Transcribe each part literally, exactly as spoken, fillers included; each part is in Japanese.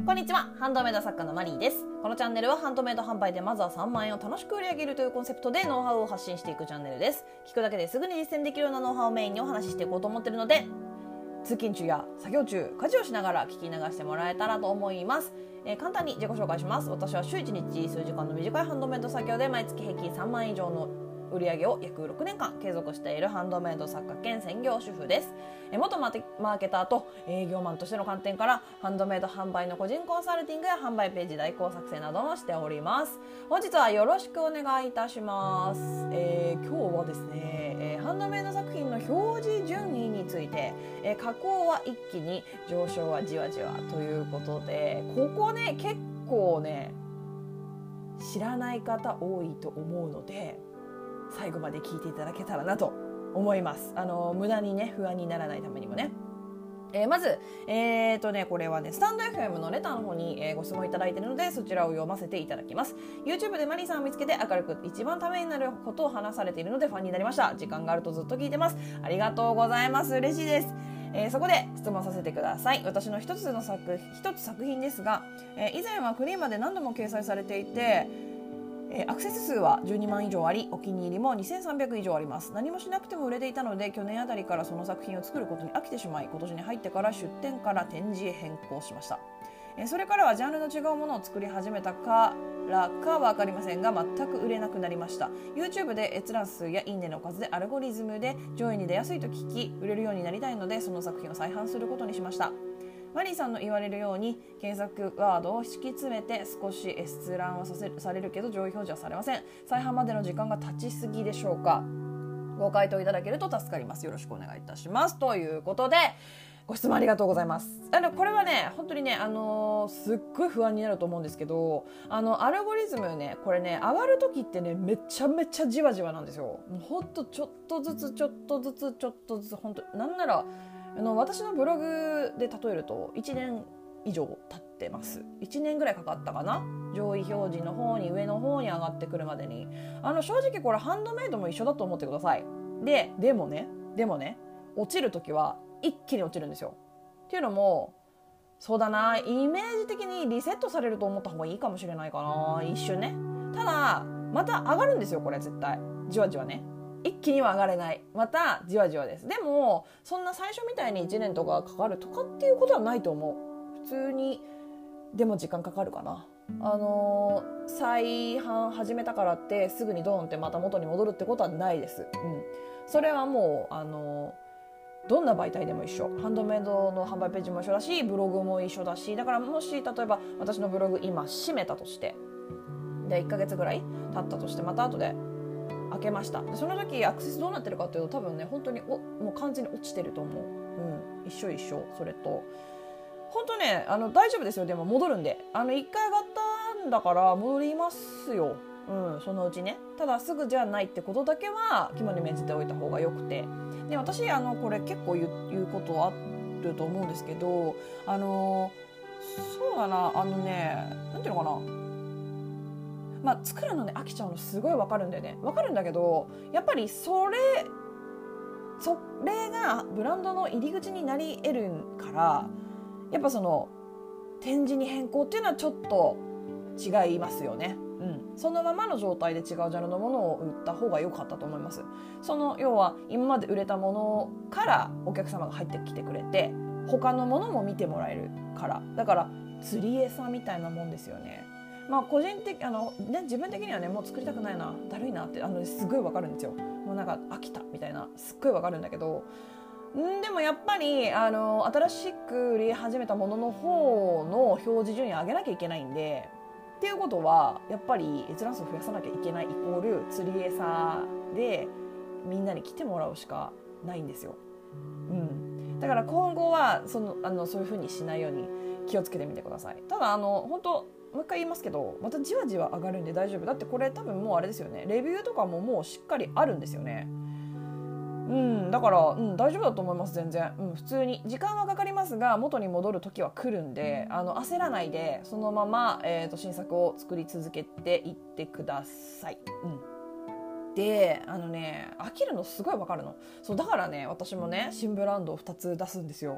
こんにちは、ハンドメイド作家のマリーです。このチャンネルはハンドメイド販売でまずはさんまんえんを楽しく売り上げるというコンセプトでノウハウを発信していくチャンネルです。聞くだけですぐに実践できるようなノウハウをメインにお話ししていこうと思っているので、通勤中や作業中、家事をしながら聞き流してもらえたらと思います。えー、簡単に自己紹介します。私は週いちにち数時間の短いハンドメイド作業で毎月平均さんまんえん以上の売上を約ろくねんかん継続しているハンドメイド作家兼専業主婦です。え元マーケターと営業マンとしての観点からハンドメイド販売の個人コンサルティングや販売ページ代行作成などもしております。本日はよろしくお願いいたします。えー、今日はですね、えー、ハンドメイド作品の表示順位について、えー、加工は一気に上昇はじわじわということで、ここね結構ね知らない方多いと思うので最後まで聞いていただけたらなと思います。あの無駄にね不安にならないためにもね。えー、まず、えーとね、これはねスタンド エフエム のレターの方に、えー、ご質問いただいているのでそちらを読ませていただきます。 YouTube でマリーさんを見つけて明るく一番ためになることを話されているのでファンになりました。時間があるとずっと聞いてます。ありがとうございます。嬉しいです。えー、そこで質問させてください。私の一つの作一つ作品ですが、えー、以前はクリーマで何度も掲載されていてえー、アクセス数はじゅうにまん以上あり、お気に入りもにせんさんびゃく以上あります。何もしなくても売れていたので、去年あたりからその作品を作ることに飽きてしまい、今年に入ってから出展から展示へ変更しました。えー、それからはジャンルの違うものを作り始めたからか分かりませんが、全く売れなくなりました。 YouTube で閲覧数やいいねの数でアルゴリズムで上位に出やすいと聞き、売れるようになりたいのでその作品を再販することにしました。マリーさんの言われるように検索ワードを敷き詰めて少し閲覧はさせされるけど上位表示はされません。再販までの時間が経ちすぎでしょうか。ご回答いただけると助かります。よろしくお願いいたします。ということでご質問ありがとうございます。あのこれはね本当にね、あのー、すっごい不安になると思うんですけど、あのアルゴリズムねこれね上がる時ってねめちゃめちゃじわじわなんですよ。もうほんとちょっとずつちょっとずつちょっとずつ本当なんならあの私のブログで例えるといちねん以上経ってます。いちねんぐらいかかったかな、上位表示の方に上の方に上がってくるまでに。あの正直これハンドメイドも一緒だと思ってください。ででもねでもね落ちる時は一気に落ちるんですよ。っていうのもそうだな、イメージ的にリセットされると思った方がいいかもしれないかな、一瞬ね。ただまた上がるんですよ、これ絶対じわじわね。一気には上がれない、またじわじわです。でもそんな最初みたいにいちねんとかかかるとかっていうことはないと思う。普通にでも時間かかるかな。あのー、再販始めたからってすぐにドーンってまた元に戻るってことはないです、うん、それはもうあのー、どんな媒体でも一緒。ハンドメイドの販売ページも一緒だしブログも一緒だし、だからもし例えば私のブログ今閉めたとしてでいっかげつぐらい経ったとしてまた後で開けました。でその時アクセスどうなってるかっていうと多分ね本当におもう完全に落ちてると思う、うん、一緒一緒。それと本当ねあの大丈夫ですよ。でも戻るんで、あのいっかい上がったんだから戻りますよ、うん、そのうちね。ただすぐじゃないってことだけは肝に銘じておいた方がよくて、で私あのこれ結構言う、言うことあると思うんですけど、あのそうだなあのねなんていうのかな、まあ、作るのね飽きちゃうのすごい分かるんだよね。分かるんだけどやっぱりそれそれがブランドの入り口になり得るからやっぱその展示に変更っていうのはちょっと違いますよね、うん、そのままの状態で違うジャンルのものを売った方が良かったと思います。その要は今まで売れたものからお客様が入ってきてくれて他のものも見てもらえるから、だから釣り餌みたいなもんですよね。まあ個人的あの、ね、自分的にはねもう作りたくないなだるいなってあのすごいわかるんですよ。もうなんか飽きたみたいなすっごいわかるんだけど、んでもやっぱりあの新しく売り始めたものの方の表示順位上げなきゃいけないんで、っていうことはやっぱり閲覧数増やさなきゃいけないイコール釣り餌でみんなに来てもらうしかないんですよ、うん、だから今後はそのあのそういう風にしないように気をつけてみてください。ただあの本当もう一回言いますけどまたじわじわ上がるんで大丈夫。だってこれ多分もうあれですよね、レビューとかももうしっかりあるんですよね。うん、だから、うん、大丈夫だと思います全然、うん、普通に時間はかかりますが元に戻る時は来るんであの焦らないでそのまま、えーと、新作を作り続けていってください、うん、であのね飽きるのすごいわかるの。そうだからね私もね新ブランドをふたつ出すんですよ。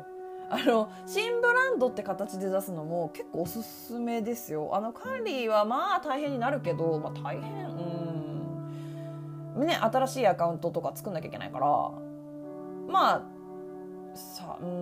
あの新ブランドって形で出すのも結構おすすめですよ。あの管理はまあ大変になるけど、まあ、大変うんね、新しいアカウントとか作んなきゃいけないから、まあさうん、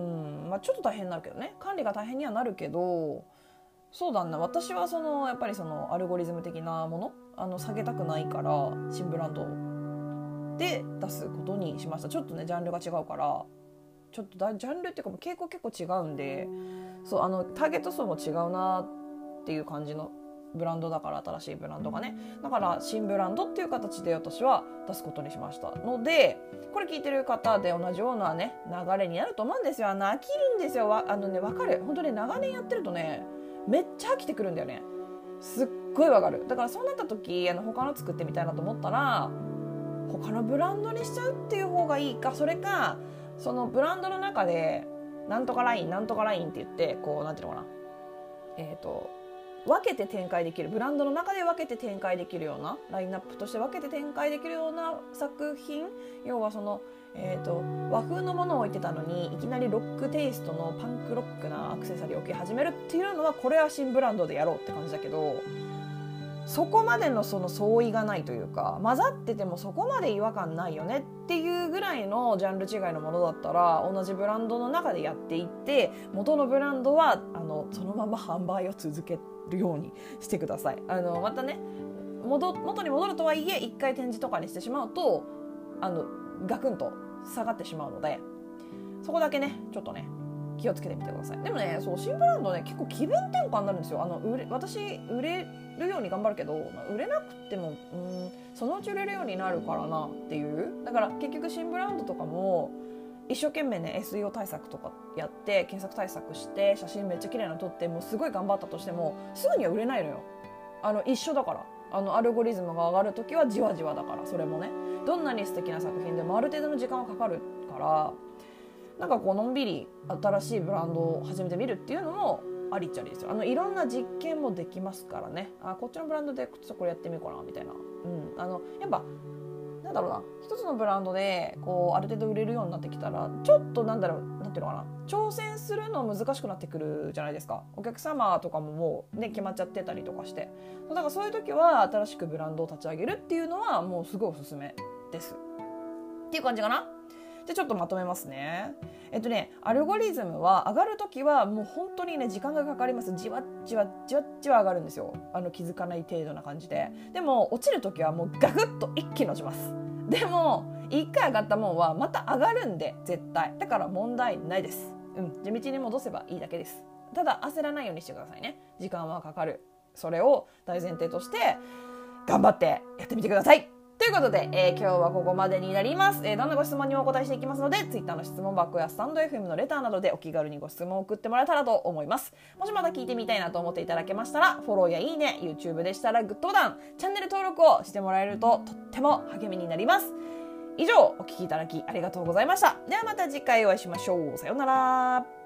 まあ、ちょっと大変になるけどね、管理が大変にはなるけど、そうだな、私はそのやっぱりそのアルゴリズム的なものあの下げたくないから新ブランドで出すことにしました。ちょっとねジャンルが違うから、ちょっとだジャンルっていうか傾向結構違うんで、そうあのターゲット層も違うなっていう感じのブランドだから、新しいブランドがね、だから新ブランドっていう形で私は出すことにしましたので、これ聞いてる方で同じようなね流れになると思うんですよ。飽きるんですよ。あのね分かる、本当に長年やってるとねめっちゃ飽きてくるんだよね。すっごいわかる。だからそうなった時あの他の作ってみたいなと思ったら他のブランドにしちゃうっていう方がいいか、それかそのブランドの中でなんとかラインなんとかラインって言ってこうなんていうのかな、えっと分けて展開できる、ブランドの中で分けて展開できるようなラインナップとして分けて展開できるような作品、要はその、えーと、和風のものを置いてたのにいきなりロックテイストのパンクロックなアクセサリーを置き始めるっていうのは、これは新ブランドでやろうって感じだけど、そこまでのその相違がないというか、混ざっててもそこまで違和感ないよねっていうぐらいのジャンル違いのものだったら、同じブランドの中でやっていって元のブランドはあのそのまま販売を続けるようにしてください。あのまたね元元に戻るとはいえ一回展示とかにしてしまうとあのガクンと下がってしまうので、そこだけねちょっとね気をつけてみてください。でもね、そう新ブランドね結構気分転換になるんですよ。あの売れ私売れるように頑張るけど、まあ、売れなくてもうんそのうち売れるようになるからなっていう。だから結局新ブランドとかも一生懸命ね エスイーオー 対策とかやって検索対策して写真めっちゃ綺麗なの撮ってもうすごい頑張ったとしてもすぐには売れないのよ。あの一緒だから、あのアルゴリズムが上がるときはじわじわだから、それもねどんなに素敵な作品でもある程度の時間はかかるから、なんかこうのんびり新しいブランドを始めてみるっていうのもありっちゃありですよ。あのいろんな実験もできますからね。あこっちのブランドでちょっとこれやってみようかなみたいな、うん、あのやっぱなんだろうな、一つのブランドでこうある程度売れるようになってきたらちょっとなんだろうなんていうのかな、挑戦するの難しくなってくるじゃないですか。お客様とかももうね決まっちゃってたりとかして、だからそういう時は新しくブランドを立ち上げるっていうのはもうすごいおすすめですっていう感じかな。でちょっとまとめますね。えっとねアルゴリズムは上がるときはもう本当にね時間がかかります。じわじわじわじわ上がるんですよ。あの気づかない程度な感じで。でも落ちるときはもうガクッと一気に落ちます。でも一回上がったもんはまた上がるんで絶対。だから問題ないです。うん、地道に戻せばいいだけです。ただ焦らないようにしてくださいね。時間はかかる。それを大前提として頑張ってやってみてください。ということで、えー、今日はここまでになります。えー、どんなご質問にもお答えしていきますので、Twitter の質問箱やスタンド エフエム のレターなどでお気軽にご質問を送ってもらえたらと思います。もしまた聞いてみたいなと思っていただけましたら、フォローやいいね、YouTube でしたらグッドボタン、チャンネル登録をしてもらえるととっても励みになります。以上、お聞きいただきありがとうございました。ではまた次回お会いしましょう。さようなら。